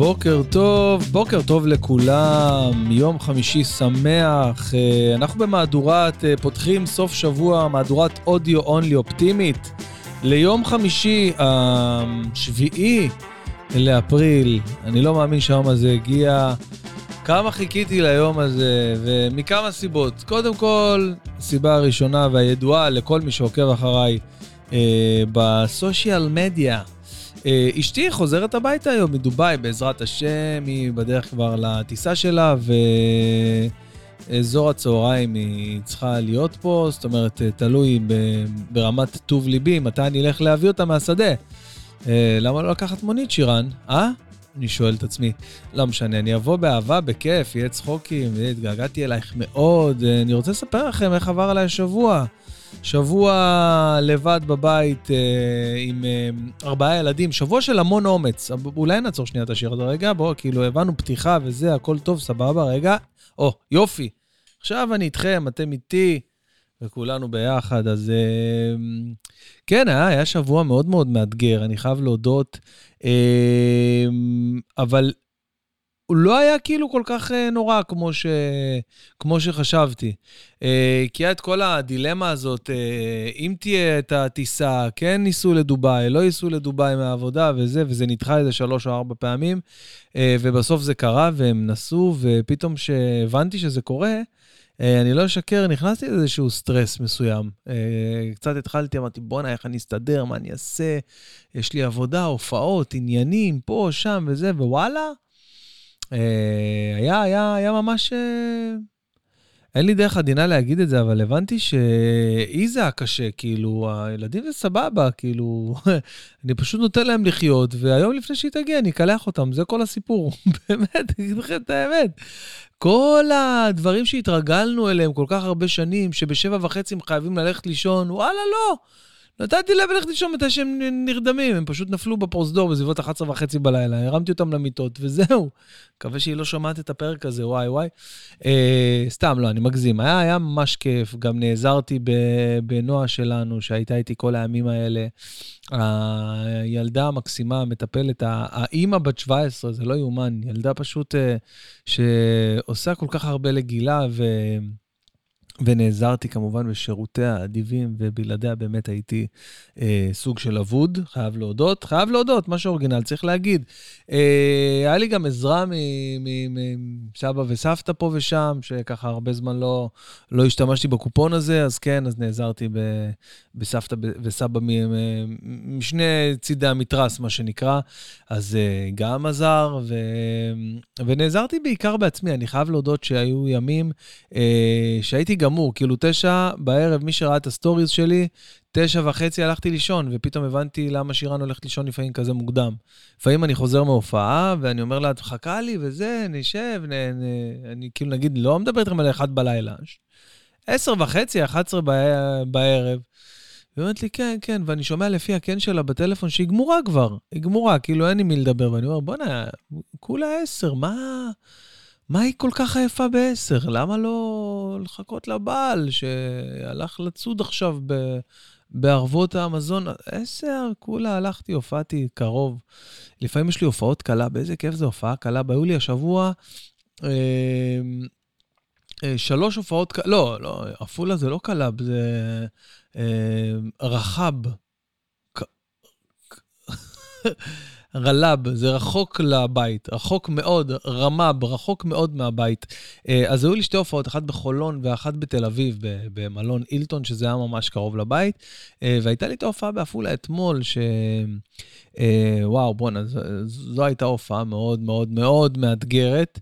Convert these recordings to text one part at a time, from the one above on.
בוקר טוב לכולם, יום חמישי שמח, אנחנו במהדורת, פותחים סוף שבוע, מהדורת אודיו אונלי אופטימית, ליום חמישי, 7 לאפריל, אני לא מאמין שהיום הזה הגיע, כמה חיכיתי ליום הזה, ומכמה סיבות, קודם כל, הסיבה הראשונה והידועה לכל מי שעוקב אחריי, בסושיאל מדיה, אשתי חוזרת הביתה היום מדובאי, בעזרת השם, היא בדרך כבר לטיסה שלה, ואזור הצהריים היא צריכה להיות פה, זאת אומרת, תלוי ברמת טוב ליבי, מתי אני אלך להביא אותה מהשדה. למה לא לקחת מונית, שירן? אני שואל את עצמי, לא משנה, אני אבוא באהבה, בכיף, יהיה צחוקים, התגעגעתי אלייך מאוד, אני רוצה לספר לכם איך עבר עליי שבוע לבד בבית עם 4 ילדים, שבוע של המון אומץ, אולי נעצור שנייה את השיר הזה רגע, בואו, כאילו הבנו פתיחה וזה, הכל טוב, סבבה, רגע, יופי, עכשיו אני איתכם, אתם איתי, וכולנו ביחד, אז כן, היה שבוע מאוד מאוד מאתגר, אני חייב להודות, אבל הוא לא היה כאילו כל כך נורא כמו שחשבתי. כי היה את כל הדילמה הזאת, אם תהיה את הטיסה, כן ניסו לדובאי, לא ניסו לדובאי מהעבודה וזה נדחה איזה 3 או 4 פעמים, ובסוף זה קרה והם נסו, ופתאום שהבנתי שזה קורה, אני לא אשקר, נכנסתי לאיזשהו סטרס מסוים. קצת התחלתי, אמרתי, בוא'נה, איך אני אסתדר, מה אני אעשה? יש לי עבודה, הופעות, עניינים, פה, שם וזה, ווואלה, היה ממש, אין לי דרך עדינה להגיד את זה, אבל הבנתי שאיזה היה קשה, כאילו, הילדים זה סבבה, כאילו, אני פשוט נותן להם לחיות, והיום לפני שהיא תגיע, אני אקלח אותם, זה כל הסיפור, באמת, אני אגיד לכם את האמת. כל הדברים שהתרגלנו אליהם כל כך הרבה שנים, שב7:30 הם חייבים ללכת לישון, וואלה, לא. נתתי לב ללכת לישון מתי שהם נרדמים, הם פשוט נפלו בפרוזדור בסביבות 11:30 בלילה, הרמתי אותם למיטות, וזהו. מקווה שהיא לא שומעת את הפרק הזה, וואי. סתם, לא, אני מגזים. היה ממש כיף, גם נעזרתי בנועה שלנו, שהייתה איתי כל הימים האלה. הילדה המקסימה, המטפלת, האמא בת 17, זה לא יאומן, ילדה פשוט שעושה כל כך הרבה לגילה, ונעזרתי כמובן בשירותיה האדיבים, ובלעדיה באמת הייתי סוג של אבוד, חייב להודות, משהו אורגינל, צריך להגיד. היה לי גם עזרה מסבא וסבתא פה ושם, שככה הרבה זמן לא השתמשתי בקופון הזה, אז כן, אז נעזרתי בסבתא וסבא משני צידי המתרס, מה שנקרא, אז גם עזר, ונעזרתי בעיקר בעצמי, אני חייב להודות שהיו ימים שהייתי גמור, כאילו 9 בערב, מי שראה את הסטוריז שלי, 9:30 הלכתי לישון, ופתאום הבנתי למה שירן הולכת לישון לפעמים כזה מוקדם. לפעמים אני חוזר מהופעה, ואני אומר לה, חכה לי וזה, נשב, אני כאילו נגיד, לא מדבר איתכם על 1 בלילה, 10:30, 11 בערב, ואומרת לי, כן, ואני שומע לפי הכן שלה בטלפון, שהיא גמורה כבר, היא גמורה, כאילו אין לי מי לדבר, ואני אומר, בוא'נה, כולה 10, מה היא כל כך עייפה ב10? למה לא לחכות לבעל שהלך לצוד עכשיו בערבות האמזון? 10, כולה הלכתי, הופעתי קרוב. לפעמים יש לי הופעות קלה, באיזה כיף זה הופעה קלה. היו לי השבוע 3 הופעות קלה, לא, אפולה זה לא קלאב, זה רחב. רלב, זה רחוק לבית, רחוק מאוד, רמב, רחוק מאוד מהבית. אז היו לי 2 הופעות, אחת בחולון ואחת בתל אביב, במלון אילטון, שזה היה ממש קרוב לבית, והייתה לי את ההופעה באפולה אתמול, וואו, בוא'נה, זו הייתה הופעה מאוד מאוד מאוד מאתגרת,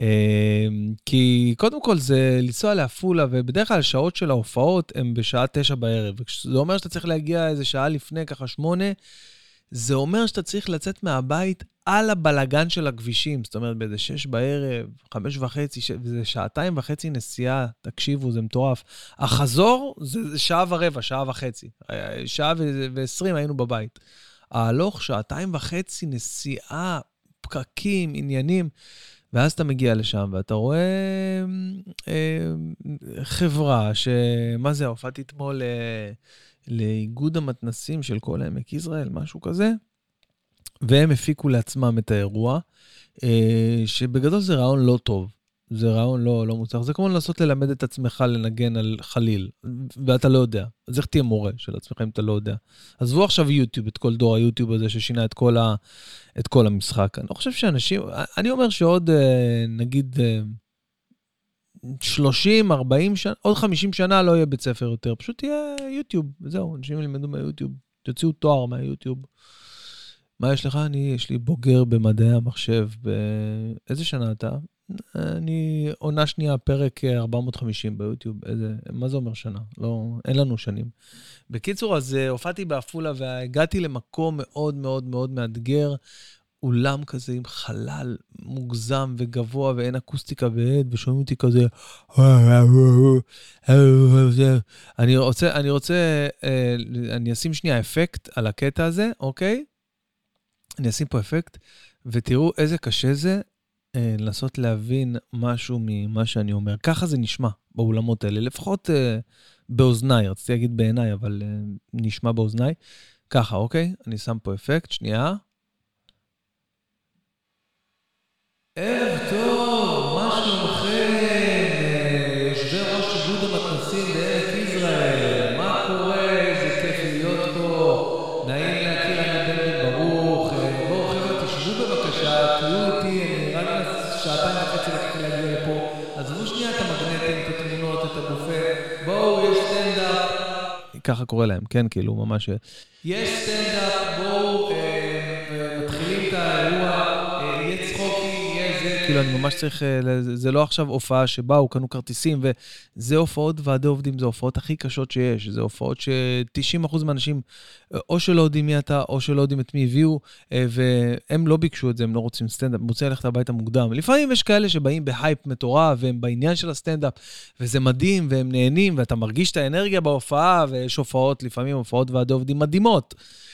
כי קודם כל זה לנסוע לאפולה, ובדרך כלל השעות של ההופעות הן בשעה 9 בערב, זה אומר שאתה צריך להגיע איזה שעה לפני, ככה 8, זה אומר שאתה צריך לצאת מהבית על הבלגן של הכבישים, זאת אומרת, באיזה 6 בערב, 5:30, זה 2.5 נסיעה, תקשיבו, זה מטורף. החזור זה 1.25 שעה, 1.5 1:20 היינו בבית. ההלוך 2.5 נסיעה, פקקים, עניינים, ואז אתה מגיע לשם, ואתה רואה חברה, מה זה, הופעתי אתמול לאיגוד המתנסים של כל עמק יזרעאל, משהו כזה, והם הפיקו לעצמם את האירוע, שבגדול זה רעיון לא טוב. זה רעיון לא מוצלח. זה כמו לנסות ללמד את עצמך לנגן על חליל, ואתה לא יודע. אז איך תהיה מורה של עצמך אם אתה לא יודע? עזבו עכשיו יוטיוב, את כל דור היוטיוב הזה ששינה את כל המשחק. אני לא חושב שאנשים, אני אומר שעוד נגיד 30, 40 שנה, עוד 50 שנה לא יהיה בית ספר יותר, פשוט יהיה יוטיוב, וזהו, אנשים ילמדו מהיוטיוב, תוציאו תואר מהיוטיוב. מה יש לך? יש לי בוגר במדעי המחשב, באיזה שנה אתה? אני עונה שנייה, פרק 450 ביוטיוב, מה זה אומר שנה? לא, אין לנו שנים. בקיצור, אז הופעתי באפולה, והגעתי למקום מאוד מאוד מאוד מאתגר, אולם כזה עם חלל מוגזם וגבוה, ואין אקוסטיקה ועד, ושומעים אותי כזה, אני אשים שנייה אפקט על הקטע הזה, אוקיי? אני אשים פה אפקט, ותראו איזה קשה זה לנסות להבין משהו ממה שאני אומר. ככה זה נשמע באולמות האלה, לפחות באוזניי, רציתי להגיד בעיניי, אבל נשמע באוזניי. ככה, אוקיי? אני שם פה אפקט, שנייה. ערב טוב, מה שלומכם? יושבי ראש איגוד המתנ"סים בעמק יזרעאל. מה קורה? איזה כיף להיות פה. נעים להכיר, אני בן ברוך. בואו חבר'ה, תשבו בבקשה, תהיו איתי, אני רק שעתיים וחצי לקחתי להגיע לפה. עזבו שנייה את המגנטים, את התמונות, את הגופה. בואו, יש סטנדאפ. ככה קורא להם, כן, כאילו, ממש. יש סטנדאפ, בואו, מתחילים את האירוע. כאילו, אני ממש צריך, זה לא עכשיו הופעה שבאו, קנו כרטיסים, וזה הופעות ועדי עובדים, זה הופעות הכי קשות שיש, זה הופעות ש-90% מהאנשים, או שלא יודעים מי אתה, או שלא יודעים את מי הביאו, והם לא ביקשו את זה, הם לא רוצים סטנדאפ, הם רוצים ללכת הביתה מוקדם. לפעמים יש כאלה שבאים בהייפ מטורף, והם בעניין של הסטנדאפ, וזה מדהים, והם נהנים, ואתה מרגיש את האנרגיה בהופעה, ויש הופעות, לפעמים הופעות ועדי עובדים מדהימות.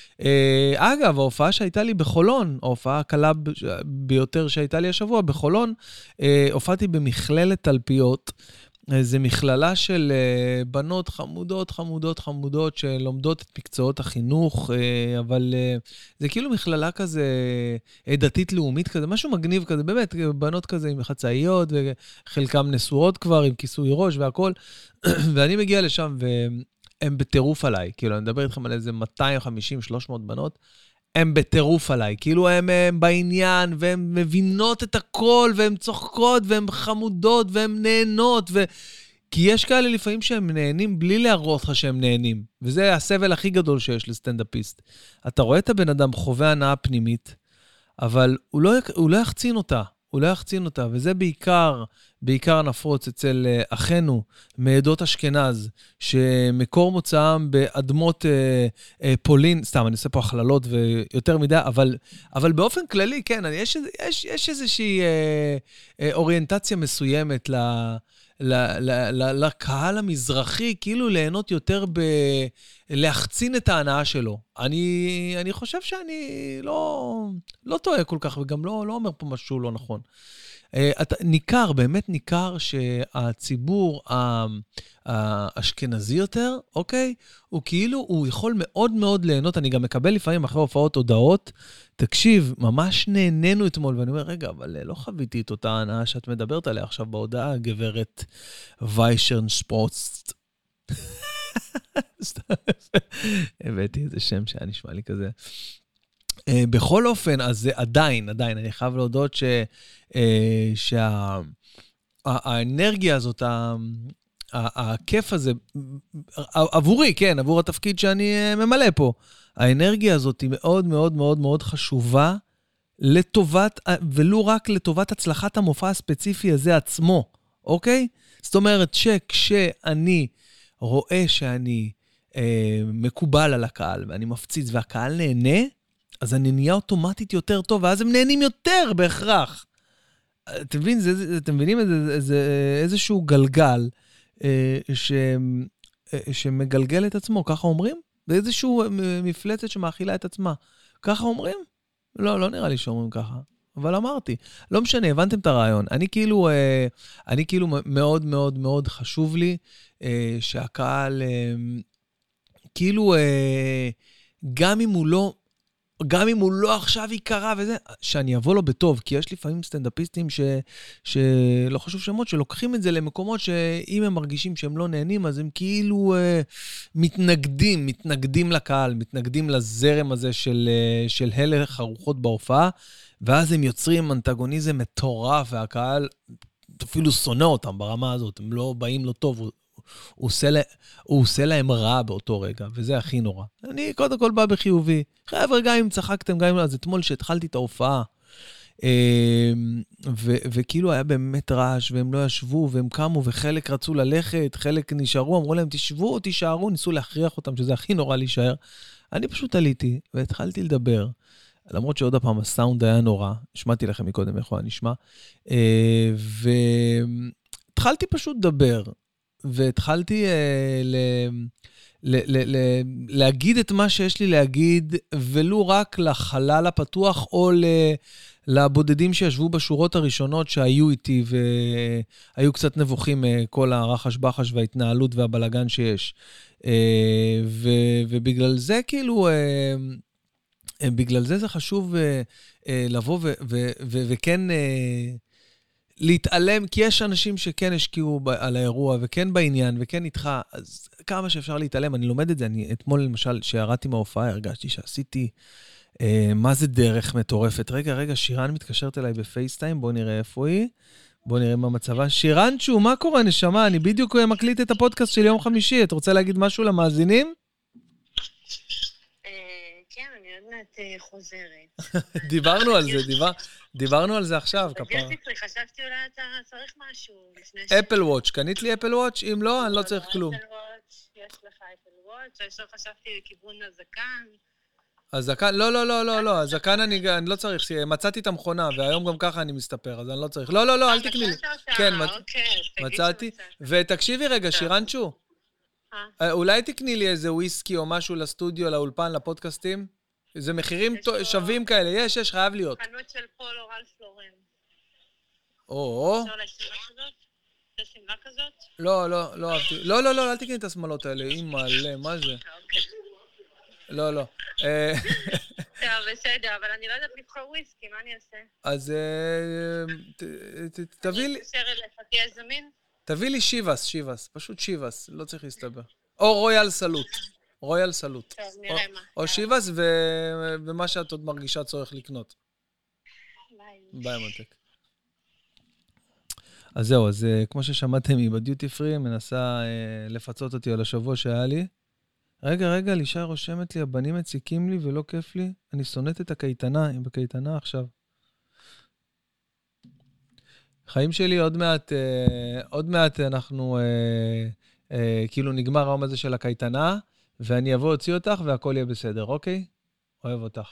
אגב, ההופעה שהייתה לי בחולון, ההופעה הקלה ביותר שהייתה לי השבוע בחולון, הופעתי במכללת תלפיות, זה מכללה של בנות חמודות, חמודות, חמודות, שלומדות את מקצועות החינוך, אבל זה כאילו מכללה כזה דתית לאומית כזה, משהו מגניב כזה, באמת, בנות כזה עם חצאיות, וחלקם נשואות כבר עם כיסוי ראש והכל, ואני מגיע לשם הם בטירוף עליי, כאילו, אני מדבר איתכם על איזה 250-300 בנות, הם בטירוף עליי, כאילו, הם בעניין, והן מבינות את הכל, והן צוחקות, והן חמודות, והן נהנות, כי יש כאלה לפעמים שהם נהנים בלי להראות לך שהם נהנים, וזה הסבל הכי גדול שיש לסטנדאפיסט. אתה רואה את הבן אדם חווה הנאה פנימית, אבל הוא לא יחצין אותה, וזה בעיקר נפוץ אצל אחינו מעדות אשכנז, שמקור מוצאם באדמות פולין, סתם, אני עושה פה הכללות ויותר מדי, אבל באופן כללי, כן, יש איזושהי אוריינטציה מסוימת לקהל המזרחי, כאילו ליהנות יותר להחצין את ההנאה שלו. אני חושב שאני לא טועה כל כך, וגם לא אומר פה משהו לא נכון. ניכר, באמת ניכר שהציבור האשכנזי יותר, אוקיי? הוא כאילו, הוא יכול מאוד מאוד ליהנות, אני גם מקבל לפעמים אחרי הופעות הודעות, תקשיב, ממש נהנינו אתמול, ואני אומר, רגע, אבל לא חוויתי את אותה הנאה שאת מדברת עליה עכשיו בהודעה, גברת ויישרן שפרוצט. הבאתי איזה שם שהיה נשמע לי כזה. בכל אופן, אז זה עדיין, אני חייב להודות שהאנרגיה הזאת, הכיף הזה, עבורי, כן, עבור התפקיד שאני ממלא פה, האנרגיה הזאת היא מאוד מאוד מאוד מאוד חשובה לטובת, ולא רק לטובת הצלחת המופע הספציפי הזה עצמו, אוקיי? זאת אומרת שכשאני רואה שאני מקובל על הקהל, ואני מפציץ והקהל נהנה, אז אני נהיה אוטומטית יותר טוב, ואז הם נהנים יותר בהכרח. אתם מבינים איזשהו גלגל שמגלגל את עצמו, ככה אומרים? זה איזשהו מפלצת שמאכילה את עצמה. ככה אומרים? לא נראה לי שאומרים ככה. אבל אמרתי, לא משנה, הבנתם את הרעיון. אני כאילו מאוד מאוד מאוד חשוב לי שהקהל, כאילו, גם אם הוא לא גם אם הוא לא עכשיו יקרה וזה, שאני אבוא לו בטוב, כי יש לפעמים סטנדאפיסטים שלא חשוב שמות, שלוקחים את זה למקומות שאם הם מרגישים שהם לא נהנים, אז הם כאילו מתנגדים לקהל, מתנגדים לזרם הזה של הלך הרוחות בהופעה, ואז הם יוצרים אנטגוניזם מטורף, והקהל אפילו שונא אותם ברמה הזאת, הם לא באים לו טוב, הוא עושה להם רע באותו רגע, וזה הכי נורא. אני קודם כל בא בחיובי. חבר'ה, גם אם צחקתם, גם אם... אז אתמול שהתחלתי את ההופעה, וכאילו היה באמת רעש, והם לא ישבו, והם קמו, וחלק רצו ללכת, חלק נשארו, אמרו להם, תשבו, תישארו, ניסו להכריח אותם, שזה הכי נורא להישאר. אני פשוט עליתי, והתחלתי לדבר, למרות שעוד הפעם הסאונד היה נורא, שמעתי לכם מקודם איך הוא נשמע, והתחלתי פשוט לדבר, והתחלתי להגיד את מה שיש לי להגיד, ולו רק לחלל הפתוח, או לבודדים שישבו בשורות הראשונות שהיו איתי, והיו קצת נבוכים כל הרחש בחש וההתנהלות והבלגן שיש. ובגלל זה כאילו, בגלל זה חשוב לבוא וכן... להתעלם, כי יש אנשים שכן השקיעו על האירוע, וכן בעניין, וכן איתך, אז כמה שאפשר להתעלם, אני לומד את זה, אני אתמול למשל, שהרדתי מההופעה, הרגשתי שעשיתי, מה זה דרך מטורפת. רגע, שירן מתקשרת אליי בפייסטיים, בוא נראה איפה היא, בוא נראה מה מצבה. שירנצ'ו, מה קורה, נשמה? אני בדיוק מקליט את הפודקאסט של יום חמישי, אתה רוצה להגיד משהו למאזינים? כן, אני עוד מעט חוזרת. דיברנו על זה עכשיו. חשבתי אולי אתה צריך משהו. אפל וואץ', קנית לי אפל וואץ'? אם לא, אני לא צריך כלום. אפל וואץ', יש לך אפל וואץ', עכשיו חשבתי לכיוון הזקן. הזקן, לא, הזקן אני לא צריך, מצאתי את המכונה, והיום גם ככה אני מסתפר, אז אני לא צריך. לא, אל תקני לי. כן, מצאתי. ותקשיבי רגע, שירנצ'ו, אולי תקני לי איזה וויסקי או משהו לסטודיו, לאולפן, לפודקאסטים? זה מחירים שווים כאלה, יש, חייב להיות. חנות של פול או רלף לורן. אפשר לשמלה כזאת? זה שמלה כזאת? לא אהבתי. לא, אל תקני את השמלות האלה, אימא'לה, מה זה? לא. טוב, בסדר, אבל אני לא יודעת לבחור וויסקי, מה אני אעשה? אז תביא לי... אני אתקשר אליך, תהיה זמין? תביא לי שיבס, פשוט שיבס, לא צריך להסתבר. או רויאל סלוט. טוב, נראה מה. או שיבס ומה שאת עוד מרגישה צורך לקנות. ביי מותק. אז זהו, אז כמו ששמעתם, היא בדיוטי פרי, מנסה לפצות אותי על השבוע שהיה לי. רגע, לישי רושמת לי, הבנים מציקים לי ולא כיף לי. אני שונאת את הקייטנה, היא בקייטנה עכשיו. חיים שלי עוד מעט אנחנו, כאילו נגמר היום הזה של הקייטנה, ואני אבוא להוציא אותך והכל יהיה בסדר, אוקיי? אוהב אותך.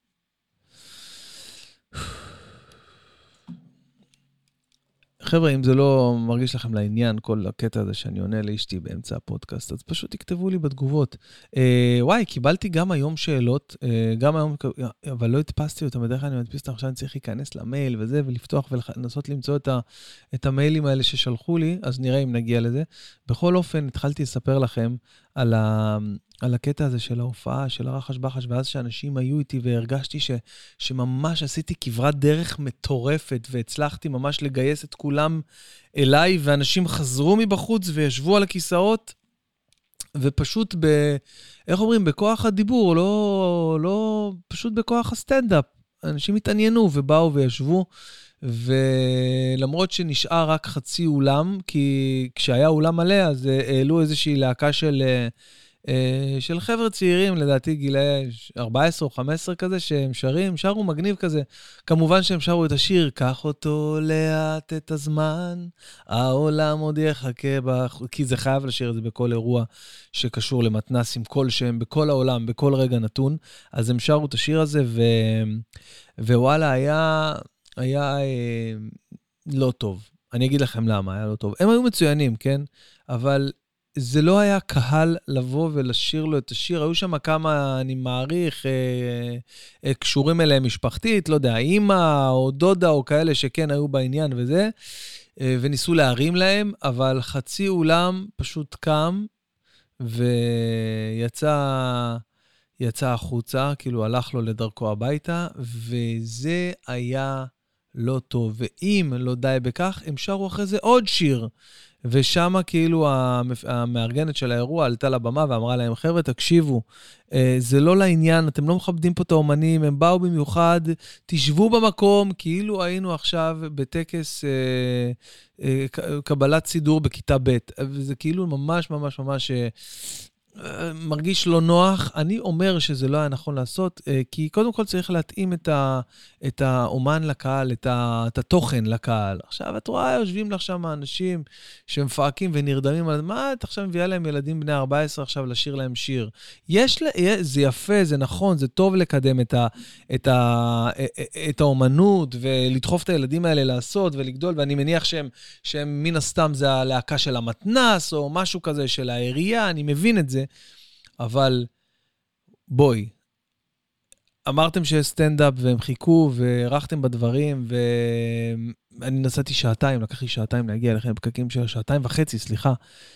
חבר'ה, אם זה לא מרגיש לכם לעניין, כל הקטע הזה שאני עונה לאשתי באמצע הפודקאסט, אז פשוט תכתבו לי בתגובות. וואי, קיבלתי גם היום שאלות, אבל לא הדפסתי אותם, בדרך כלל אני מדפיס אותם, עכשיו אני צריך להיכנס למייל וזה, ולפתוח ולנסות למצוא את המיילים האלה ששלחו לי, אז נראה אם נגיע לזה. בכל אופן, התחלתי לספר לכם על הקטע הזה של ההופעה, של הרחש בחש, ואז שאנשים היו איתי והרגשתי שממש עשיתי כברת דרך מטורפת, והצלחתי ממש לגייס את כולם אליי, ואנשים חזרו מבחוץ וישבו על הכיסאות, ופשוט איך אומרים, בכוח הדיבור, לא פשוט בכוח הסטנדאפ. אנשים התעניינו ובאו וישבו, ולמרות שנשאר רק חצי אולם, כי כשהיה אולם מלא, אז העלו איזושהי להקה של חבר'ה צעירים, לדעתי גילי 14 או 15 כזה, שהם שרו מגניב כזה. כמובן שהם שרו את השיר, קח אותו לאט את הזמן, העולם עוד יחכה, כי זה חייב לשיר את זה בכל אירוע שקשור למתנסים כלשהם, בכל העולם, בכל רגע נתון. אז הם שרו את השיר הזה, ווואלה, היה לא טוב. אני אגיד לכם למה, היה לא טוב. הם היו מצוינים, כן? אבל זה לא היה קהל לבוא ולשיר לו את השיר. היו שם כמה, אני מעריך, קשורים אליהם משפחתית, לא יודע, אמא או דודה או כאלה שכן היו בעניין וזה, וניסו להרים להם, אבל חצי אולם פשוט קם, ויצא יצא החוצה, כאילו הלך לו לדרכו הביתה, וזה היה לא טוב. ואם לא די בכך, הם שרו אחרי זה עוד שיר. ושמה כאילו המארגנת של האירוע עלתה לבמה ואמרה להם, חבר'ה, תקשיבו, זה לא לעניין, אתם לא מכבדים פה את האומנים, הם באו במיוחד, תשבו במקום, כאילו היינו עכשיו בטקס קבלת סידור בכיתה ב', וזה כאילו ממש ממש ממש מרגיש לא נוח. אני אומר שזה לא היה נכון לעשות, כי קודם כל צריך להתאים את האומן לקהל, את התוכן לקהל. עכשיו, את רואה, יושבים לך שם אנשים שמפרקים ונרדמים על מה, את עכשיו מביאה להם ילדים בני 14 עכשיו לשיר להם שיר. זה יפה, זה נכון, זה טוב לקדם את האומנות ולדחוף את הילדים האלה לעשות ולגדול, ואני מניח שהם מן הסתם זה הלהקה של המתנס או משהו כזה של העירייה, אני מבין את זה. אבל בואי, אמרתם שיש סטנדאפ והם חיכו וערכתם בדברים, ואני נסעתי שעתיים, לקח לי שעתיים להגיע אליכם, פקקים של 2.5, סליחה,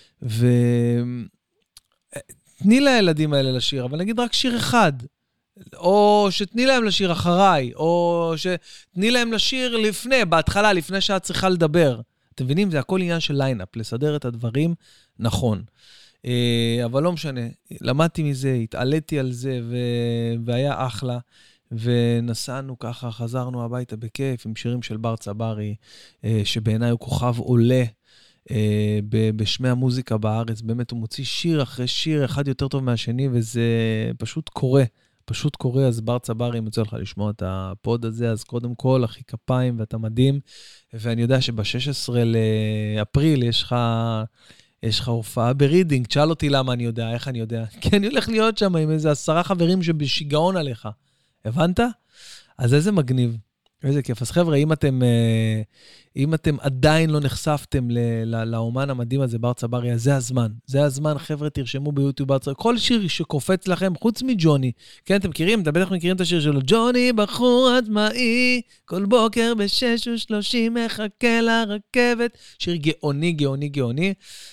תני לילדים האלה לשיר, אבל נגיד רק שיר אחד, או שתני להם לשיר אחריי, או שתני להם לשיר בהתחלה, לפני שאת צריכה לדבר. אתם מבינים? זה הכל עניין של ליינאפ, לסדר את הדברים נכון. אבל לא משנה, למדתי מזה, התעליתי על זה, והיה אחלה, ונסענו ככה, חזרנו הביתה בכיף, עם שירים של בר צברי, שבעיניי הוא כוכב עולה, בשמי המוזיקה בארץ, באמת הוא מוציא שיר אחרי שיר, אחד יותר טוב מהשני, וזה פשוט קורה, אז בר צברי, אם יוצא לך לשמוע את הפוד הזה, אז קודם כל, אחי כפיים, ואתה מדהים, ואני יודע שב-16 לאפריל יש לך הופעה ברידינג, תשאל אותי למה אני יודע, איך אני יודע, כי אני הולך להיות שם עם איזה 10 חברים שבשיגעון עליך, הבנת? אז איזה מגניב, איזה כיף. אז חבר'ה, אם אתם עדיין לא נחשפתם לאומן המדהים הזה, בר צברי, זה הזמן, חבר'ה, תרשמו ביוטיוב בר צברי, כל שיר שקופץ לכם, חוץ מג'וני, כן, אתם בטח מכירים את השיר שלו, ג'וני בחור עצמאי, כל בוקר ב6:30 מחכה לרכבת, שיר גאוני,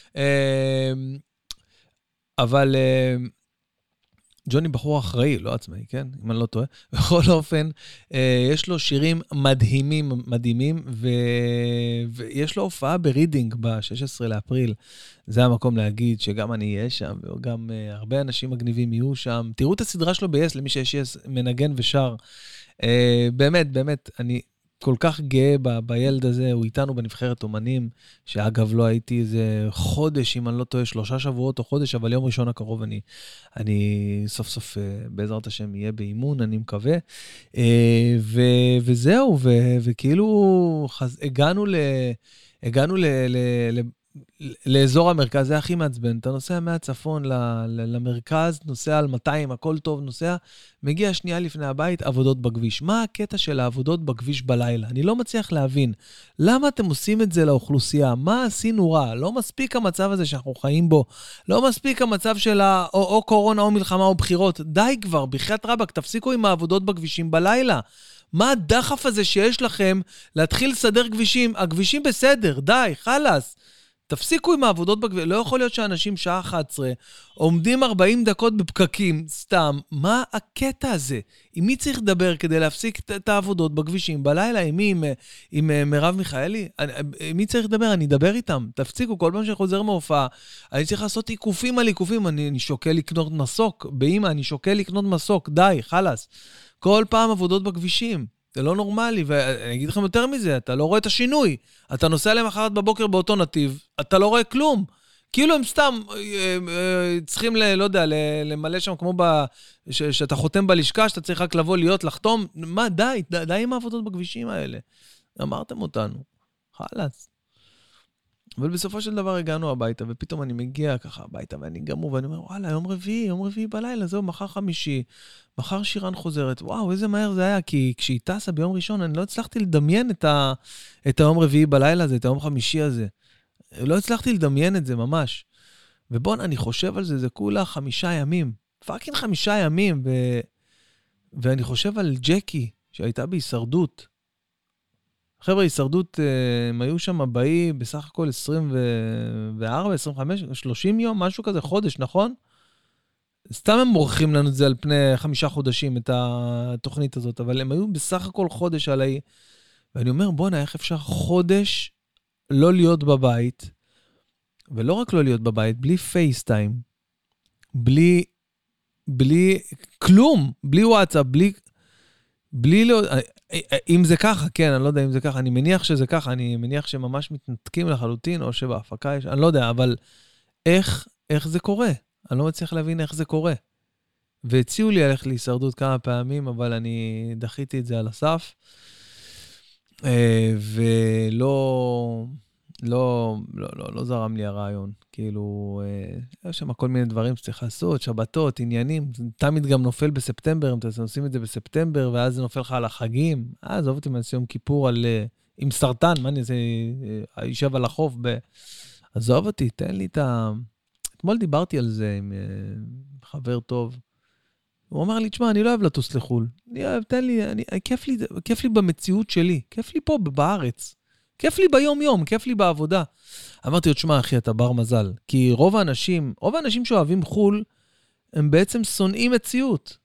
אבל ג'וני בחור אחראי, לא עצמאי, כן? אם אני לא טועה. בכל אופן, יש לו שירים מדהימים, ויש לו הופעה ברידינג ב-16 לאפריל. זה המקום להגיד שגם אני אהיה שם, וגם הרבה אנשים מגניבים יהיו שם. תראו את הסדרה שלו ב-yes, למי שיש yes, מנגן ושר. באמת, אני כל כך גאה בילד הזה, הוא איתנו בנבחרת אומנים, שאגב לא הייתי איזה חודש, אם אני לא טועה, 3 שבועות או חודש, אבל יום ראשון הקרוב אני סוף סוף בעזרת השם יהיה באימון, אני מקווה, וזהו, וכאילו הגענו לאזור המרכז, זה הכי מעצבן, אתה נוסע מהצפון למרכז, נוסע על 200, הכל טוב, נוסע, מגיע שנייה לפני הבית, עבודות בכביש. מה הקטע של העבודות בכביש בלילה? אני לא מצליח להבין. למה אתם עושים את זה לאוכלוסייה? מה עשינו רע? לא מספיק המצב הזה שאנחנו חיים בו. לא מספיק המצב של או קורונה או מלחמה או בחירות. די כבר, בחיית רבק, תפסיקו עם העבודות בכבישים בלילה. מה הדחף הזה שיש לכם להתחיל לסדר כבישים? הכבישים בסדר, די, חלאס. תפסיקו עם העבודות בכביש, לא יכול להיות שאנשים שעה 11 עומדים 40 דקות בפקקים, סתם, מה הקטע הזה? עם מי צריך לדבר כדי להפסיק את העבודות בכבישים בלילה? עם מרב מיכאלי? עם מי צריך לדבר? אני אדבר איתם, תפסיקו, כל פעם שחוזר מהופעה, אני צריך לעשות עיקופים על עיקופים, אני שוקל לקנות מסוק, באמא, אני שוקל לקנות מסוק, די, חלאס. כל פעם עבודות בכבישים. זה לא נורמלי, ואני אגיד לכם יותר מזה, אתה לא רואה את השינוי. אתה נוסע למחרת בבוקר באותו נתיב, אתה לא רואה כלום. כאילו הם סתם צריכים, לא יודע, למלא שם כמו שאתה חותם בלשכה, שאתה צריך רק לבוא להיות, לחתום. מה, די עם העבודות בכבישים האלה. אמרתם אותנו. חלאס. אבל בסופו של דבר הגענו הביתה, ופתאום אני מגיע ככה הביתה, ואני גמור, ואני אומר, וואלה, יום רביעי בלילה, זהו, מחר חמישי, מחר שירן חוזרת, וואו, איזה מהר זה היה, כי כשהיא טסה ביום ראשון, אני לא הצלחתי לדמיין את היום רביעי בלילה הזה, את היום חמישי הזה. לא הצלחתי לדמיין את זה ממש. ובואו, אני חושב על זה, זה כולה 5 ימים, פאקינג 5 ימים, ואני חושב על ג'קי, שהייתה בהישרדות, חבר'ה, הישרדות, הם היו שם באי בסך הכל 24, 25, 30 יום, משהו כזה, חודש, נכון? סתם הם מורחים לנו את זה על פני 5 חודשים, את התוכנית הזאת, אבל הם היו בסך הכל חודש עליי, ואני אומר, בוא'נה, איך אפשר חודש לא להיות בבית, ולא רק לא להיות בבית, בלי פייסטיים, בלי כלום, בלי וואטסאפ, בלי לא... אם זה ככה, כן, אני לא יודע אם זה ככה, אני מניח שזה ככה, אני מניח שממש מתנתקים לחלוטין, או שבהפקה יש, אני לא יודע, אבל איך זה קורה? אני לא מצליח להבין איך זה קורה. והציעו לי ללכת להישרדות כמה פעמים, אבל אני דחיתי את זה על הסף, לא זרם לי הרעיון. כאילו, יש שם כל מיני דברים שצריך לעשות, שבתות, עניינים, תמיד גם נופל בספטמבר, אם אתם עושים את זה בספטמבר, ואז זה נופל לך על החגים. עזוב אותי מעשי יום כיפור עם סרטן, מה אני, זה יישב על החוף, עזוב אותי, תן לי את אתמול דיברתי על זה עם חבר טוב, הוא אמר לי, תשמע, אני לא אוהב לטוס לחול, תן לי, כיף לי במציאות שלי, כיף לי פה בארץ, כיף לי ביום יום, כיף לי בעבודה. אמרתי לו, תשמע, אחי, אתה בר מזל, כי רוב האנשים שאוהבים חול, הם בעצם שונאים מציאות,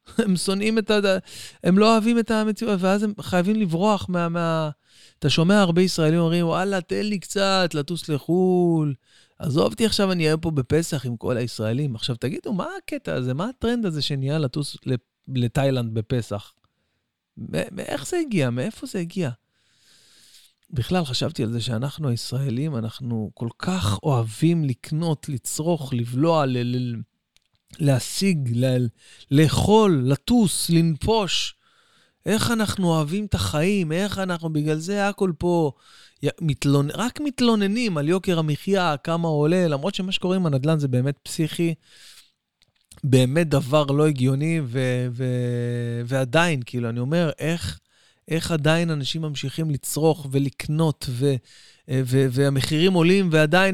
הם לא אוהבים את המציאות, ואז הם חייבים לברוח אתה שומע הרבה ישראלים אומרים, וואלה, תן לי קצת לטוס לחול, עזוב אותי עכשיו, אני אהיה פה בפסח עם כל הישראלים. עכשיו תגידו, מה הקטע הזה? מה הטרנד הזה שנהיה לטוס לתאילנד בפסח? איך זה הגיע? מאיפה זה הגיע? בכלל חשבתי על זה שאנחנו הישראלים, אנחנו כל כך אוהבים לקנות, לצרוך, לבלוע, להשיג, לאכול, לטוס, לנפוש. איך אנחנו אוהבים את החיים, איך אנחנו, בגלל זה הכל פה, רק מתלוננים על יוקר המחיה, כמה עולה, למרות שמה שקורה עם הנדל"ן זה באמת פסיכי, באמת דבר לא הגיוני, ועדיין, כאילו, אני אומר, איך עדיין אנשים ממשיכים לצרוך ולקנות, והמחירים עולים, ועדיין,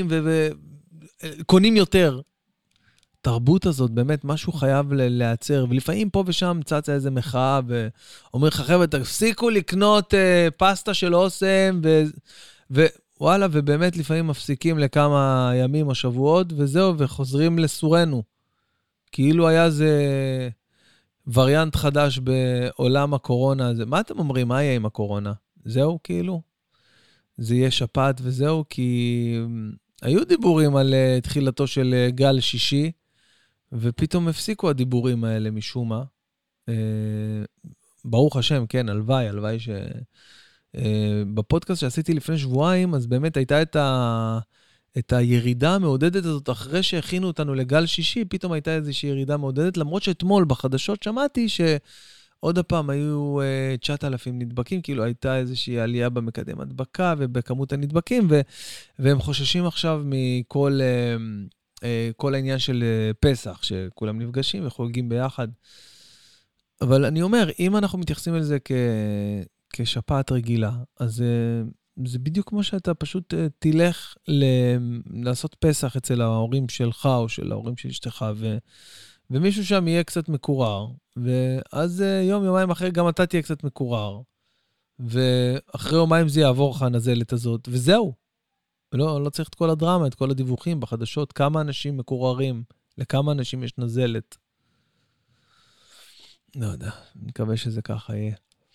וקונים יותר. התרבות הזאת, באמת, משהו חייב להיעצר, ולפעמים פה ושם צצה איזה מחאה, ואומר לך, חבר'ה, תפסיקו לקנות פסטה של אוסם, ווואלה, ובאמת לפעמים מפסיקים לכמה ימים או שבועות, וזהו, וחוזרים לסורנו. כאילו היה זה וריאנט חדש בעולם הקורונה. מה אתם אומרים? מה יהיה עם הקורונה? זהו, כאילו? זה יהיה שפעת וזהו, כי היו דיבורים על תחילתו של גל שישי, ופתאום הפסיקו הדיבורים האלה משום מה. ברוך השם, כן, הלוואי בפודקאסט שעשיתי לפני שבועיים, אז באמת הייתה את הירידה המעודדת הזאת, אחרי שהכינו אותנו לגל שישי, פתאום הייתה איזושהי ירידה מעודדת, למרות שאתמול בחדשות שמעתי שעוד הפעם היו 9,000 נדבקים, כאילו הייתה איזושהי עלייה במקדם הדבקה ובכמות הנדבקים, והם חוששים עכשיו מכל כל העניין של פסח, שכולם נפגשים וחוגגים ביחד. אבל אני אומר, אם אנחנו מתייחסים על זה כשפעת רגילה, אז זה בדיוק כמו שאתה פשוט תלך לעשות פסח אצל ההורים שלך או של ההורים של אשתך, ומישהו שם יהיה קצת מקורר, ואז יומיים אחרי גם אתה תהיה קצת מקורר, ואחרי יומיים זה יעבור לך הנזלת הזאת, וזהו. לא צריך את כל הדרמה, את כל הדיווחים בחדשות, כמה אנשים מקוררים, לכמה אנשים יש נזלת. לא יודע, אני מקווה שזה ככה יהיה.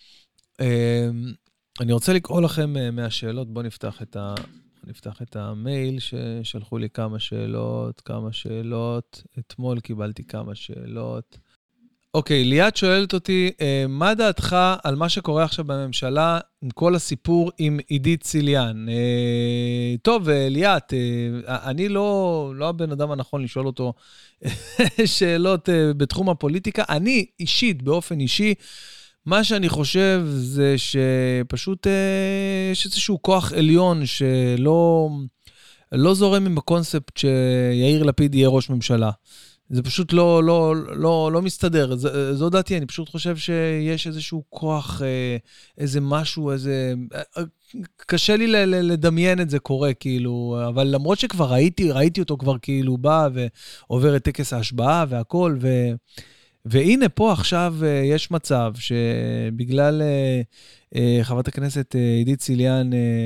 אני רוצה לקרוא לכם מהשאלות, בואו נפתח את המייל ששלחו לי כמה שאלות, אתמול קיבלתי כמה שאלות. אוקיי, ליאת שואלת אותי, מה דעתך על מה שקורה עכשיו בממשלה, עם כל הסיפור עם עידית ציליאן? טוב, ליאת, אני לא הבן אדם הנכון לשאול אותו שאלות בתחום הפוליטיקה. אני אישית, באופן אישי, מה שאני חושב זה שפשוט יש איזשהו כוח עליון שלא זורם עם הקונספט שיאיר לפיד יהיה ראש ממשלה. זה פשוט לא מסתדר. זו דעתי, אני פשוט חושב שיש איזשהו כוח, איזה משהו, קשה לי לדמיין את זה קורה, כאילו, אבל למרות שכבר ראיתי אותו כבר כאילו בא ועובר את טקס ההשבעה והכל, והנה פה עכשיו יש מצב שבגלל חברת הכנסת עידית ציליאן,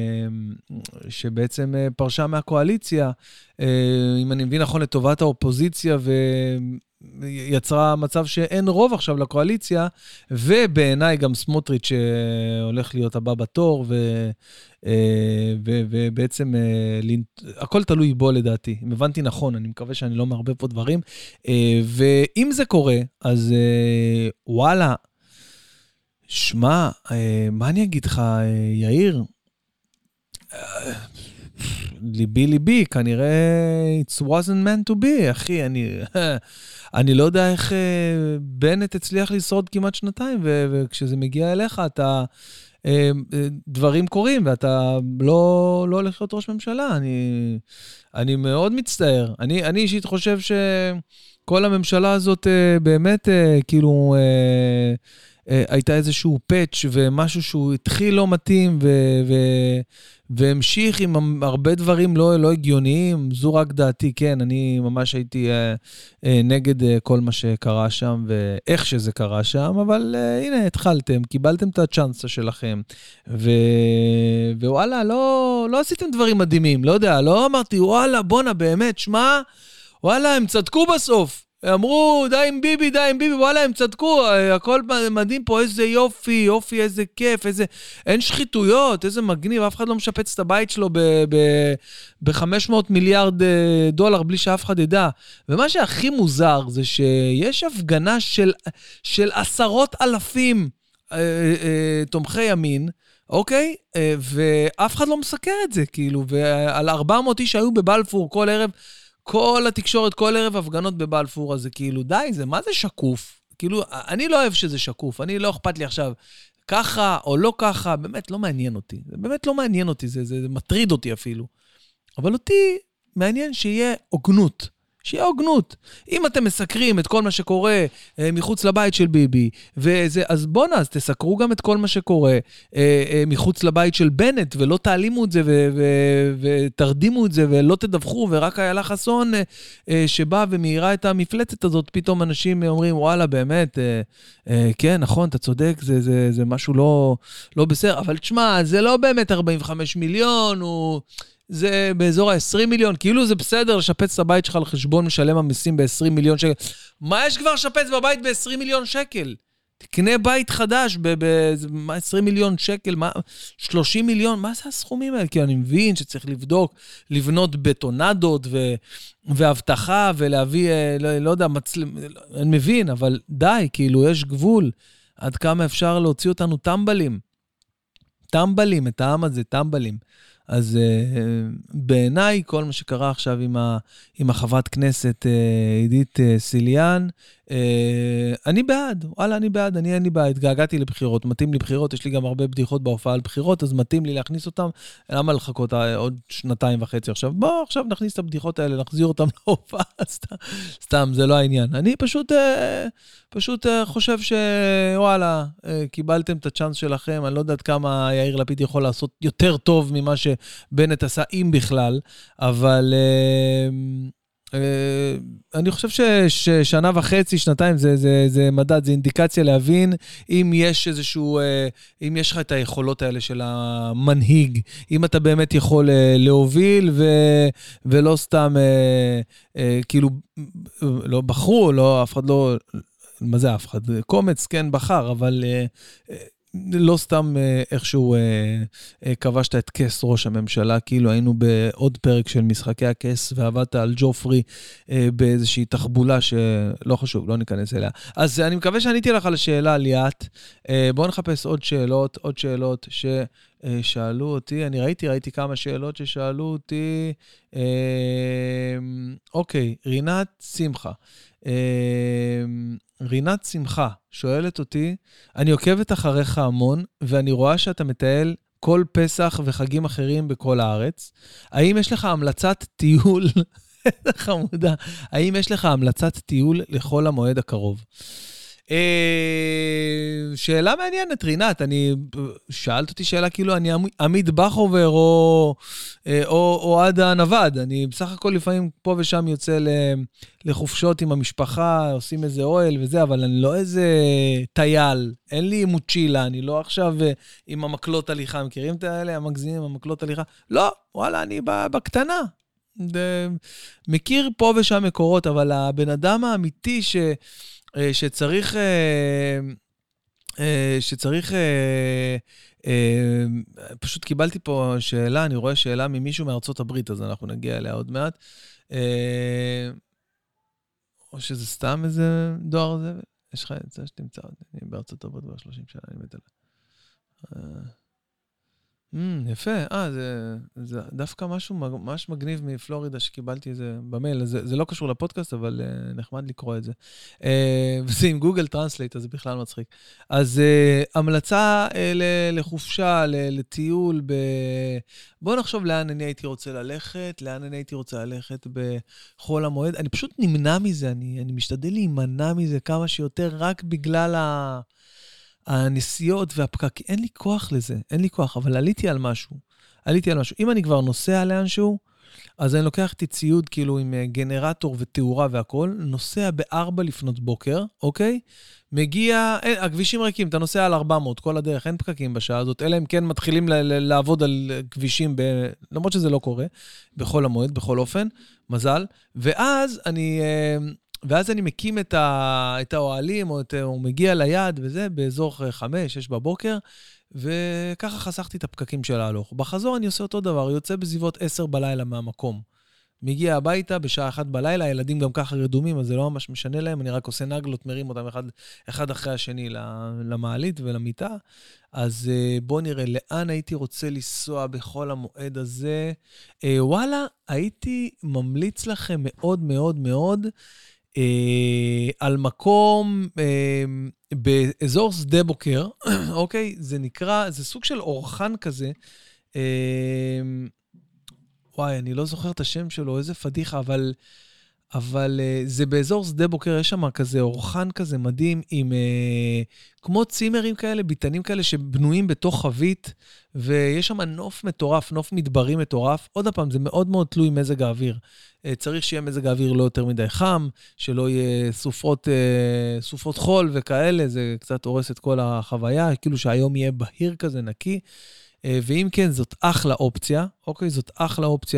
שבעצם פרשה מהקואליציה, אם אני מבין נכון לטובת האופוזיציה, יצרה מצב שאין רוב עכשיו לקואליציה, ובעיניי גם סמוטריץ' שהולך להיות הבא בתור, ובעצם הכל תלוי בו לדעתי. אם הבנתי נכון, אני מקווה שאני לא מערבב פה דברים. ואם זה קורה, אז וואלה, שמע, מה אני אגיד לך, יאיר? ליבי, כנראה it wasn't meant to be, אחי, אני לא יודע איך בנט הצליח לשרוד כמעט שנתיים, וכשזה מגיע אליך, דברים קורים, ואתה לא הולך להיות ראש ממשלה, אני מאוד מצטער, אני אישית חושב שכל הממשלה הזאת באמת, כאילו, הייתה איזשהו פאץ' ומשהו שהוא התחיל לא מתאים, והמשיך עם הרבה דברים לא הגיוניים, זו רק דעתי, כן, אני ממש הייתי נגד כל מה שקרה שם, ואיך שזה קרה שם, אבל הנה, התחלתם, קיבלתם את הצ'אנסה שלכם, ווואלה, לא עשיתם דברים מדהימים, לא יודע, לא אמרתי, וואלה, בונה, באמת, שמה, וואלה, הם צדקו בסוף. אמרו, די עם ביבי, וואלה, הם צדקו, הכל מדהים פה, איזה יופי, איזה כיף, אין שחיתויות, איזה מגניב, אף אחד לא משפץ את הבית שלו ב-500 מיליארד דולר, בלי שאף אחד ידע. ומה שהכי מוזר זה שיש הפגנה של 10,000 תומכי ימין, אוקיי? ואף אחד לא מסקר את זה, כאילו, ועל 400 איש שהיו בבלפור כל ערב, כל התקשורת, כל ערב הפגנות בבלפור, אז זה כאילו, די, מה זה שקוף? כאילו, אני לא אוהב שזה שקוף, אני לא אכפת לי עכשיו ככה או לא ככה, באמת לא מעניין אותי. זה באמת לא מעניין אותי, זה מטריד אותי אפילו. אבל אותי מעניין שיהיה הוגנות. שיהיה הוגנות. אם אתם מסקרים את כל מה שקורה מחוץ לבית של ביבי, אז בואו אז תסקרו גם את כל מה שקורה מחוץ לבית של בנט, ולא תעלימו את זה ותרדימו את זה, ולא תדווחו, ורק איילה חסון שבא ומהירה את המפלצת הזאת, פתאום אנשים אומרים, וואלה, באמת, כן, נכון, אתה צודק, זה משהו לא בסדר, אבל תשמע, זה לא באמת 45 מיליון, זה באזור ה-20 מיליון, כאילו זה בסדר לשפץ את הבית שלך על חשבון משלם המסים ב-20 מיליון שקל. מה יש כבר לשפץ בבית ב-20 מיליון שקל? תקנה בית חדש ב-20 מיליון שקל, 30 מיליון, מה זה הסכומים האלה? כי אני מבין שצריך לבנות בטונדות והבטחה ולהביא, לא יודע, אני מבין, אבל די, כאילו יש גבול עד כמה אפשר להוציא אותנו טמבלים, את העם הזה, טמבלים. אז בעיניי, כל מה שקרה עכשיו עם החברת כנסת עידית סיליאן, אני בעד, וואלה, אני בעד, אין לי בעד, התגעגעתי לבחירות, מתאים לי בחירות, יש לי גם הרבה בדיחות בהופעה על בחירות, אז מתאים לי להכניס אותם, למה לחכות עוד 2.5 עכשיו? בוא, עכשיו נכניס את הבדיחות האלה, נחזיר אותם להופעה, סתם, זה לא העניין. אני פשוט חושב שוואלה, קיבלתם את הצ'אנס שלכם, אני לא יודעת כמה יאיר לפיד יכול לעשות יותר טוב ממה שבנט עשה, אם בכלל, אבל אני חושב ששנה וחצי, שנתיים, זה מדד, זה אינדיקציה להבין אם יש איזשהו, אם יש לך את היכולות האלה של המנהיג, אם אתה באמת יכול להוביל ולא סתם, כאילו, לא בחרו, לא, אף אחד לא, מה זה אף אחד? קומץ, כן, בחר, אבל לא סתם איכשהו כבשת את כס ראש הממשלה, כאילו היינו בעוד פרק של משחקי הכס, ועבדת על ג'ופרי באיזושהי תחבולה שלא חשוב, לא ניכנס אליה. אז אני מקווה שעניתי לך על השאלה, ליאת. בואו נחפש עוד שאלות ששאלו אותי. אני ראיתי כמה שאלות ששאלו אותי. אוקיי, רינת שמחה שואלת אותי, אני עוקבת אחריך המון, ואני רואה שאתה מטייל כל פסח וחגים אחרים בכל הארץ. האם יש לך המלצת טיול, חמודה, האם יש לך המלצת טיול לכל המועד הקרוב? שאלה מעניינת, רינת, שאלת אותי שאלה כאילו אני עמית בחובר או עד הנווד, אני בסך הכל לפעמים פה ושם יוצא לחופשות עם המשפחה, עושים איזה אוהל וזה, אבל אני לא איזה טייל, אין לי מוצ'ילה, אני לא עכשיו עם המקלות הליכה, מכירים את האלה, המגזינים, המקלות הליכה? לא, וואלה, אני בקטנה, מכיר פה ושם מקורות, אבל הבן אדם האמיתי שצריך, פשוט קיבלתי פה שאלה, אני רואה שאלה ממישהו מארצות הברית, אז אנחנו נגיע אליה עוד מעט. או שזה סתם איזה דואר הזה, יש לך את זה שתמצא אותי, אני בארצות הברית כבר 30 שנה, אני מת עליה. יפה, זה דווקא משהו ממש מגניב מפלורידה שקיבלתי את זה במייל, זה לא קשור לפודקאסט, אבל נחמד לקרוא את זה. וזה עם גוגל טרנסלייט, אז זה בכלל מצחיק. אז המלצה לחופשה, לטיול, בואו נחשוב לאן אני הייתי רוצה ללכת בחול המועד. אני פשוט נמנע מזה, אני משתדל להימנע מזה כמה שיותר, רק בגלל הנסיעות והפקק, אין לי כוח לזה, אבל עליתי על משהו. אם אני כבר נוסע לאנשהו, אז אני לוקח את ציוד כאילו עם גנרטור ותאורה והכל, נוסע ב-4 לפנות בוקר, אוקיי? מגיע, הכבישים ריקים, אתה נוסע על 400, כל הדרך, אין פקקים בשעה הזאת, אלא אם כן מתחילים לעבוד על כבישים, למרות שזה לא קורה, בכל המועד, בכל אופן, מזל, ואז אני מקים את האוהלים, או מגיע ליד, וזה באזור 5-6 בבוקר, וככה חסכתי את הפקקים של ההלוך. בחזור אני עושה אותו דבר, יוצא בסביבות 10 בלילה מהמקום. מגיע הביתה בשעה 1 בלילה, הילדים גם ככה רדומים, אז זה לא ממש משנה להם, אני רק עושה נגלות, מרים אותם אחד אחרי השני למעלית ולמיטה. אז בואו נראה, לאן הייתי רוצה לנסוע בכל המועד הזה? וואלה, הייתי ממליץ לכם מאוד מאוד מאוד, על מקום באזור שדה בוקר, אוקיי? זה נקרא, זה סוג של אורחן כזה, וואי, אני לא זוכר את השם שלו, איזה פדיחה, אבל זה באזור שדה בוקר, יש שם כזה אורחן כזה מדהים, עם כמו צימרים כאלה, ביטנים כאלה, שבנויים בתוך חבית, ויש שם נוף מטורף, נוף מדברי מטורף. עוד הפעם, זה מאוד מאוד תלוי מזג האוויר. צריך שיהיה מזג האוויר לא יותר מדי חם, שלא יהיה סופות חול וכאלה, זה קצת הורס את כל החוויה, כאילו שהיום יהיה בהיר כזה נקי, ואם כן, זאת אחלה אופציה, אוקיי? זאת אחלה אופציה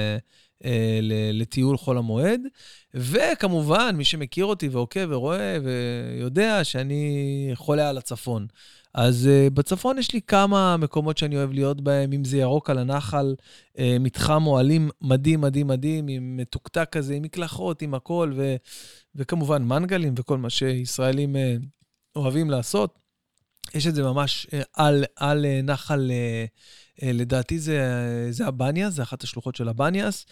לטיול חול המועד, וכמובן, מי שמכיר אותי ועוקב ורואה ויודע שאני חולה על הצפון. אז בצפון יש לי כמה מקומות שאני אוהב להיות בהם, אם זה ירוק על הנחל, מתחם אוהלים מדהים, מדהים, מדהים, עם מתוקתק כזה, עם מקלחות, עם הכל, וכמובן מנגלים וכל מה שישראלים אוהבים לעשות. יש את זה ממש על נחל, לדעתי זה הבניאס, זה אחת השלוחות של הבניאס,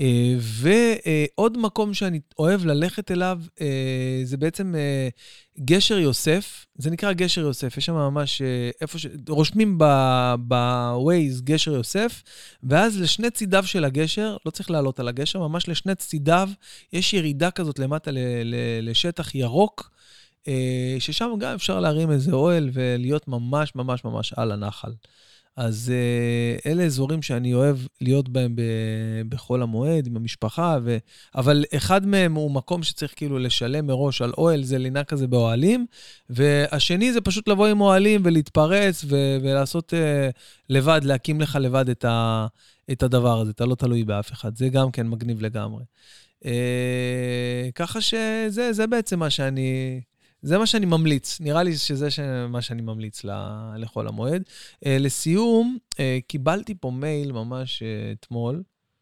ועוד מקום שאני אוהב ללכת אליו, זה בעצם גשר יוסף, זה נקרא גשר יוסף, יש שם ממש, רושמים בווייז גשר יוסף, ואז לשני צידיו של הגשר, לא צריך לעלות על הגשר, ממש לשני צידיו, יש ירידה כזאת למטה לשטח ירוק, ששם גם אפשר להרים איזה אוהל ולהיות ממש ממש ממש על הנחל. אז אלה אזורים שאני אוהב להיות בהם בכל המועד, עם המשפחה, אבל אחד מהם הוא מקום שצריך כאילו לשלם מראש על אוהל, זה לינה כזה באוהלים, והשני זה פשוט לבוא עם אוהלים ולהתפרץ ולעשות לבד, להקים לך לבד את הדבר הזה, אתה לא תלוי באף אחד, זה גם כן מגניב לגמרי. ככה שזה בעצם מה שאני ממליץ. נראה לי שזה מה שאני ממליץ לכל המועד. לסיום, קיבלתי פה מייל ממש אתמול.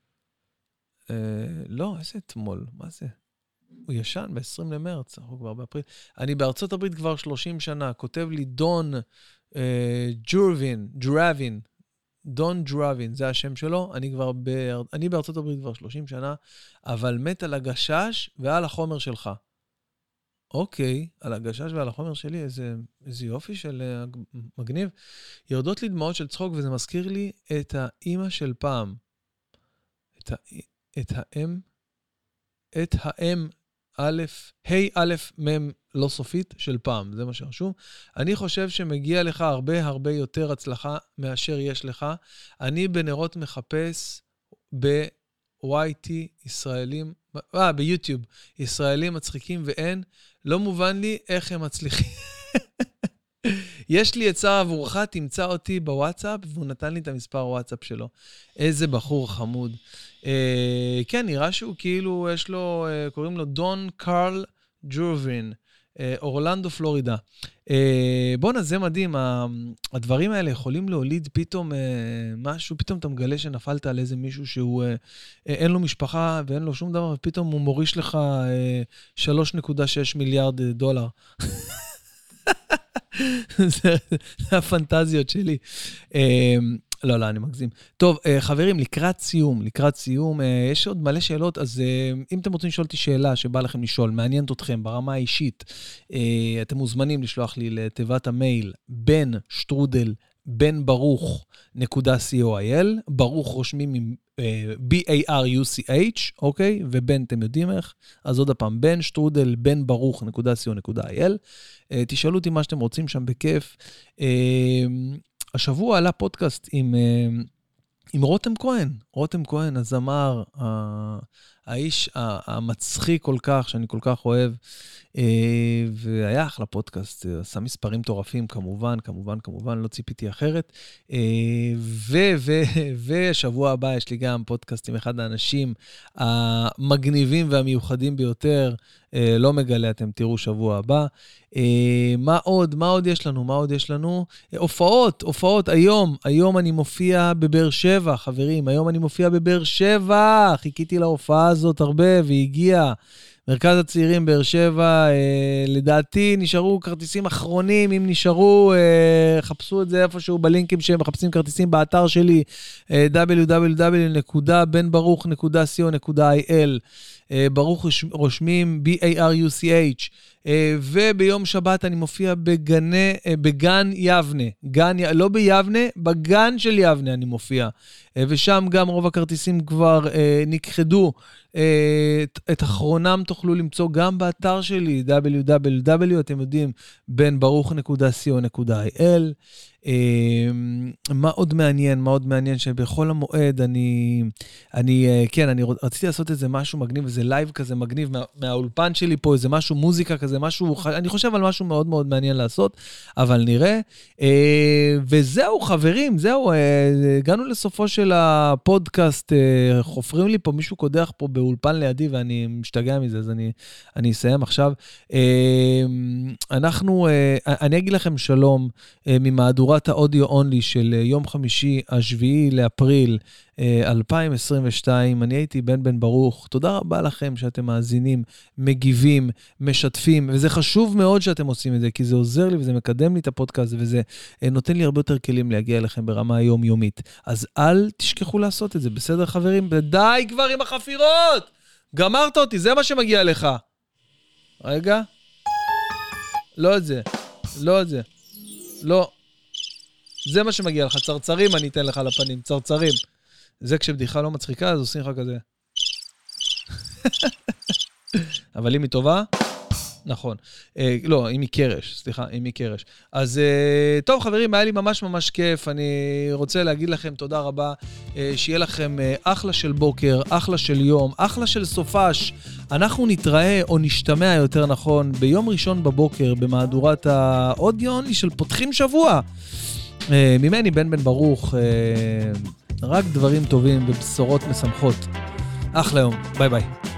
לא, איזה אתמול? מה זה? הוא ישן ב-20 למרץ, אנחנו כבר באפריל. אני בארצות הברית כבר 30 שנה. כותב לי דון דון ג'רווין, זה השם שלו. אני בארצות הברית כבר 30 שנה, אבל מת על הגשש ועל החומר שלך. אוקיי, על הגשש ועל החומר שלי, איזה יופי של מגניב. יורדות לי דמעות של צחוק, וזה מזכיר לי את האמא של פעם. את האם א' מ' לא סופית של פעם, זה מה שרשום. אני חושב שמגיע לך הרבה הרבה יותר הצלחה מאשר יש לך. אני בנרות מחפש ב-YT ישראלים, ביוטיוב, ישראלים מצחיקים ואין, לא מובן לי איך הם מצליחים. יש לי עצה עבורך, תמצא אותי בוואטסאפ, והוא נתן לי את המספר וואטסאפ שלו. איזה בחור חמוד. כן, נראה שהוא כאילו, יש לו, קוראים לו דון קרל ג'ורבין, אורלנדו, פלורידה. בוא'נה, זה מדהים, הדברים האלה יכולים להוליד פתאום משהו, פתאום אתה מגלה שנפלת על איזה מישהו שהוא, אין לו משפחה ואין לו שום דבר, ופתאום הוא מוריש לך 3.6 מיליארד דולר. זה הפנטזיות שלי. לא, אני מגזים. טוב, חברים, לקראת סיום, יש עוד מלא שאלות, אז אם אתם רוצים לשאול אותי שאלה שבא לכם לשאול, מעניינת אתכם ברמה האישית, אתם מוזמנים לשלוח לי לתיבת המייל, benstrudel.benbaruch.co.il, ברוך רושמים עם B-A-R-U-C-H, אוקיי? ובן, אתם יודעים איך? אז עוד הפעם, benstrudel.benbaruch.co.il, תשאלו אותי מה שאתם רוצים שם בכיף. השבוע עלה פודקאסט עם רותם כהן, הזמר, האיש המצחיק כל כך, שאני כל כך אוהב, והיה אחלה פודקאסט, עשה מספרים טורפים, כמובן, לא ציפיתי אחרת, ושבוע הבא יש לי גם פודקאסט עם אחד האנשים המגניבים והמיוחדים ביותר, לא מגלה, אתם תראו שבוע הבא. מה עוד יש לנו? הופעות, היום אני מופיע בבאר שבע, חברים, חיכיתי להופעה הזאת הרבה, והגיע מרכז הצעירים באר שבע, לדעתי נשארו כרטיסים אחרונים, אם נשארו, חפשו את זה איפשהו בלינקים שהם מחפשים כרטיסים באתר שלי, www.benbaruch.co.il, ברוך רושמים B-A-R-U-C-H, וביום שבת אני מופיע בגן יבנה, לא ביבנה, בגן של יבנה אני מופיע, ושם גם רוב הכרטיסים כבר נכחדו, את אחרונם תוכלו למצוא גם באתר שלי, www, אתם יודעים, benbaruch.co.il. מה עוד מעניין שבכל המועד אני רציתי לעשות איזה משהו מגניב, איזה לייב כזה מגניב מהאולפן שלי פה, איזה משהו מוזיקה כזה, אני חושב על משהו מאוד מאוד מעניין לעשות, אבל נראה. וזהו חברים, הגענו לסופו של הפודקאסט, חופרים לי פה, מישהו קודח פה באולפן לידי, ואני משתגע מזה, אז אני אסיים עכשיו. אני אגיד לכם שלום ממהדורת האודיו אונלי של יום חמישי, 7 לאפריל 2022. אני הייתי בן ברוך. תודה רבה לכם שאתם מאזינים, מגיבים, משתפים, וזה חשוב מאוד שאתם עושים את זה, כי זה עוזר לי וזה מקדם לי את הפודקאסט, וזה נותן לי הרבה יותר כלים להגיע אליכם ברמה היומיומית. אז אל תשכחו לעשות את זה, בסדר חברים? די כבר עם החפירות! גמרת אותי, זה מה שמגיע לך. רגע. לא את זה. לא. זה מה שמגיע לך, צרצרים אני אתן לך לפנים, צרצרים. זה כשבדיחה לא מצחיקה, אז עושים לך כזה. אבל אם היא טובה, נכון. לא, אם היא קרש. אז טוב חברים, היה לי ממש ממש כיף, אני רוצה להגיד לכם תודה רבה, שיהיה לכם אחלה של בוקר, אחלה של יום, אחלה של סופש. אנחנו נתראה או נשתמע יותר נכון ביום ראשון בבוקר במהדורת האודיו של פותחים שבוע. ממני בן ברוך, רק דברים טובים ובשורות משמחות. אחלה יום, ביי ביי.